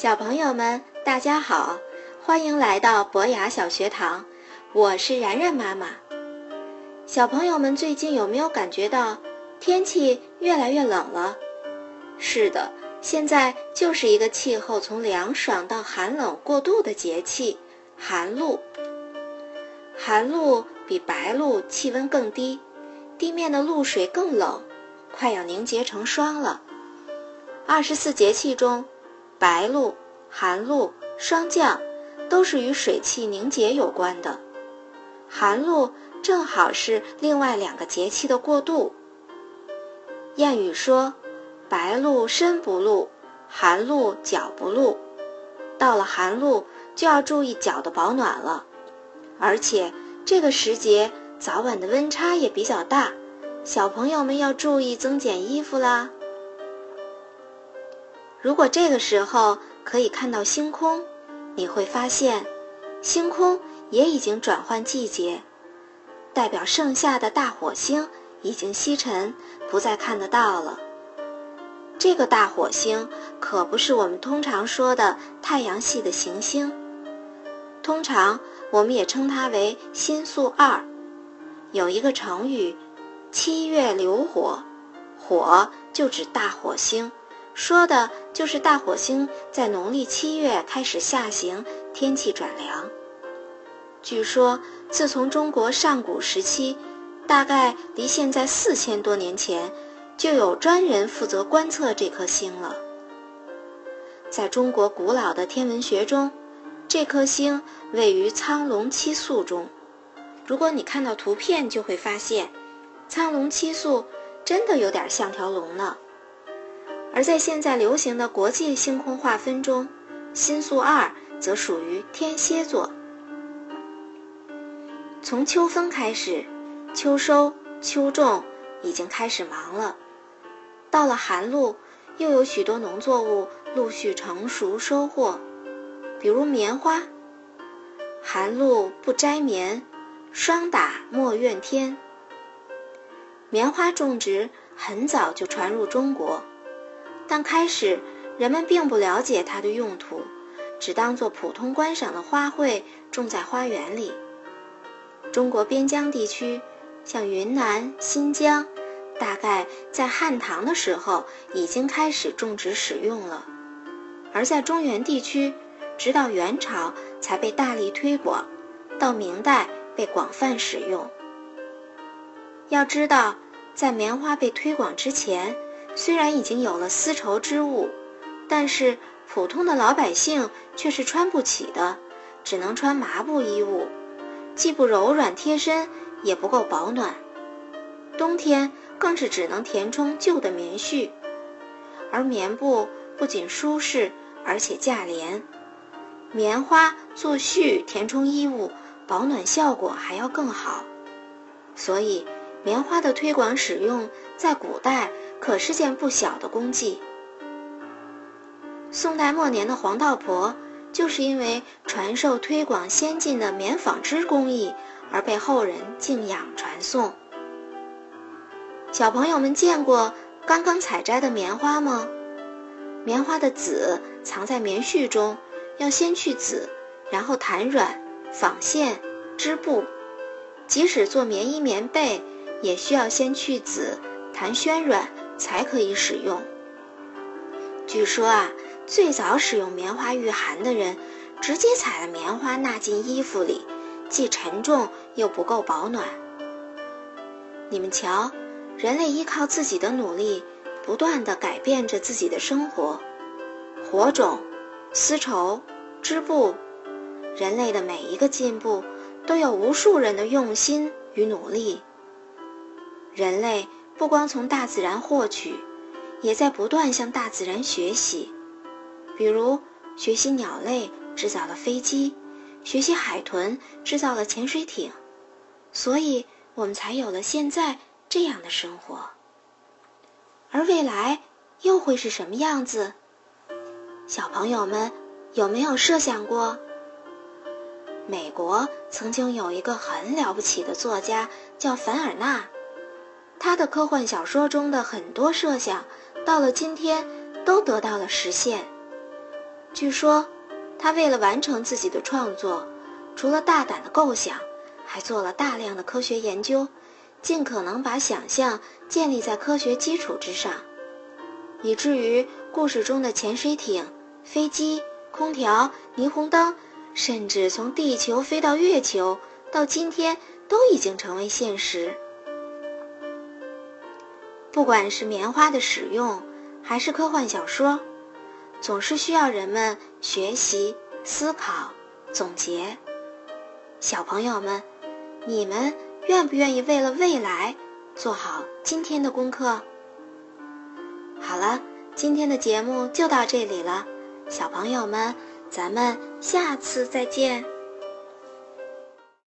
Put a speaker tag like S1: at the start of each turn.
S1: 小朋友们，大家好，欢迎来到博雅小学堂，我是然然妈妈。小朋友们最近有没有感觉到天气越来越冷了？是的，现在就是一个气候从凉爽到寒冷过渡的节气——寒露。寒露比白露气温更低，地面的露水更冷，快要凝结成霜了。24节气中，白露、寒露、霜降都是与水汽凝结有关的。寒露正好是另外2个节气的过渡。谚语说，白露身不露，寒露脚不露。到了寒露就要注意脚的保暖了，而且这个时节早晚的温差也比较大，小朋友们要注意增减衣服啦。如果这个时候可以看到星空，你会发现星空也已经转换季节，代表盛夏的大火星已经西沉，不再看得到了。这个大火星可不是我们通常说的太阳系的行星，通常我们也称它为星宿2。有一个成语7月流火，火就指大火星，说的就是大火星在农历7月开始下行，天气转凉。据说自从中国上古时期，大概离现在4000多年前，就有专人负责观测这颗星了。在中国古老的天文学中，这颗星位于苍龙七宿中。如果你看到图片就会发现，苍龙七宿真的有点像条龙呢。而在现在流行的国际星空划分中，星宿2则属于天蝎座。从秋分开始，秋收、秋种已经开始忙了。到了寒露，又有许多农作物陆续成熟收获，比如棉花。寒露不摘棉，霜打莫怨天。棉花种植很早就传入中国，但开始人们并不了解它的用途，只当作普通观赏的花卉种在花园里。中国边疆地区，像云南、新疆，大概在汉唐的时候已经开始种植使用了，而在中原地区，直到元朝才被大力推广，到明代被广泛使用。要知道，在棉花被推广之前，虽然已经有了丝绸织物，但是普通的老百姓却是穿不起的，只能穿麻布衣物，既不柔软贴身，也不够保暖。冬天更是只能填充旧的棉絮，而棉布不仅舒适，而且价廉。棉花做絮填充衣物，保暖效果还要更好。所以棉花的推广使用在古代可是件不小的功绩。宋代末年的黄道婆就是因为传授推广先进的棉纺织工艺而被后人敬仰传颂。小朋友们见过刚刚采摘的棉花吗？棉花的籽藏在棉絮中，要先去籽，然后弹软、纺线、织布。即使做棉衣棉被，也需要先去籽、弹暄软才可以使用。据说最早使用棉花御寒的人，直接采了棉花纳进衣服里，既沉重又不够保暖。你们瞧，人类依靠自己的努力，不断地改变着自己的生活。火种、丝绸、织布，人类的每一个进步都有无数人的用心与努力。人类不光从大自然获取，也在不断向大自然学习。比如学习鸟类制造了飞机，学习海豚制造了潜水艇，所以我们才有了现在这样的生活。而未来又会是什么样子？小朋友们有没有设想过？美国曾经有一个很了不起的作家叫凡尔纳，他的科幻小说中的很多设想到了今天都得到了实现。 据说，他为了完成自己的创作，除了大胆的构想，还做了大量的科学研究，尽可能把想象建立在科学基础之上，以至于故事中的潜水艇、飞机、空调、霓虹灯，甚至从地球飞到月球，到今天都已经成为现实。不管是棉花的使用，还是科幻小说，总是需要人们学习、思考、总结。小朋友们，你们愿不愿意为了未来做好今天的功课？好了，今天的节目就到这里了，小朋友们，咱们下次再见。